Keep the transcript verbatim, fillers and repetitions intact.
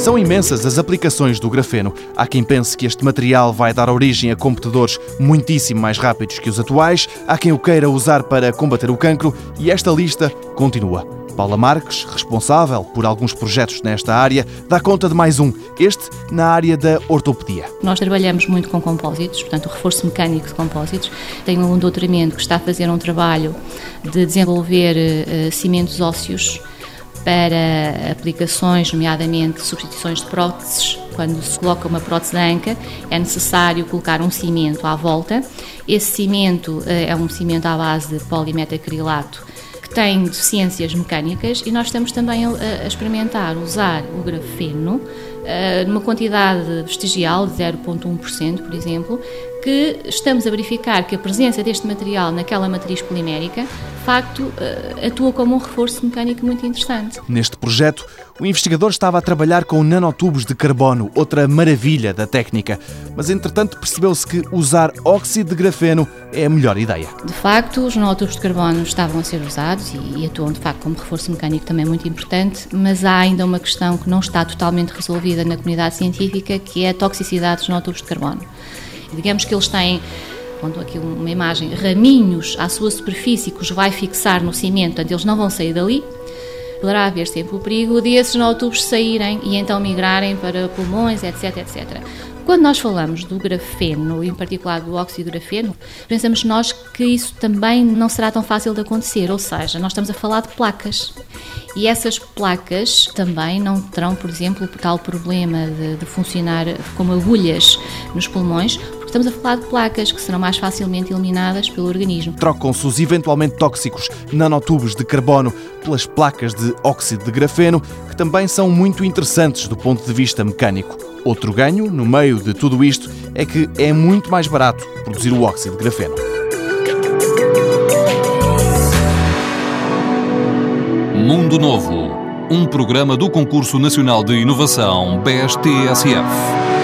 São imensas as aplicações do grafeno. Há quem pense que este material vai dar origem a computadores muitíssimo mais rápidos que os atuais, há quem o queira usar para combater o cancro e esta lista continua. Paula Marques, responsável por alguns projetos nesta área, dá conta de mais um, este na área da ortopedia. Nós trabalhamos muito com compósitos, portanto o reforço mecânico de compósitos. Tenho um doutoramento que está a fazer um trabalho de desenvolver uh, cimentos ósseos para aplicações, nomeadamente substituições de próteses. Quando se coloca uma prótese da anca, é necessário colocar um cimento à volta. Esse cimento é um cimento à base de polimetacrilato que tem deficiências mecânicas e nós estamos também a, a experimentar usar o grafeno uh, numa quantidade vestigial de zero vírgula um por cento, por exemplo, que estamos a verificar que a presença deste material naquela matriz polimérica, de facto, uh, atua como um reforço mecânico muito interessante. Neste projeto, o investigador estava a trabalhar com nanotubos de carbono, outra maravilha da técnica. Mas, entretanto, percebeu-se que usar óxido de grafeno é a melhor ideia. De facto, os nanotubos de carbono estavam a ser usados e, e atuam, de facto, como reforço mecânico também muito importante, mas há ainda uma questão que não está totalmente resolvida na comunidade científica, que é a toxicidade dos nanotubos de carbono. Digamos que eles têm, pondo aqui uma imagem, raminhos à sua superfície que os vai fixar no cimento, portanto eles não vão sair dali. Poderá haver sempre o perigo desses nanotubos saírem e então migrarem para pulmões, etc, etcétera. Quando nós falamos do grafeno, em particular do óxido de grafeno, pensamos nós que isso também não será tão fácil de acontecer, ou seja, nós estamos a falar de placas. E essas placas também não terão, por exemplo, o tal problema de, de funcionar como agulhas nos pulmões, porque estamos a falar de placas que serão mais facilmente eliminadas pelo organismo. Trocam-se os eventualmente tóxicos nanotubos de carbono pelas placas de óxido de grafeno, que também são muito interessantes do ponto de vista mecânico. Outro ganho, no meio de tudo isto, é que é muito mais barato produzir o óxido de grafeno. Mundo Novo, um programa do Concurso Nacional de Inovação B E S T S F.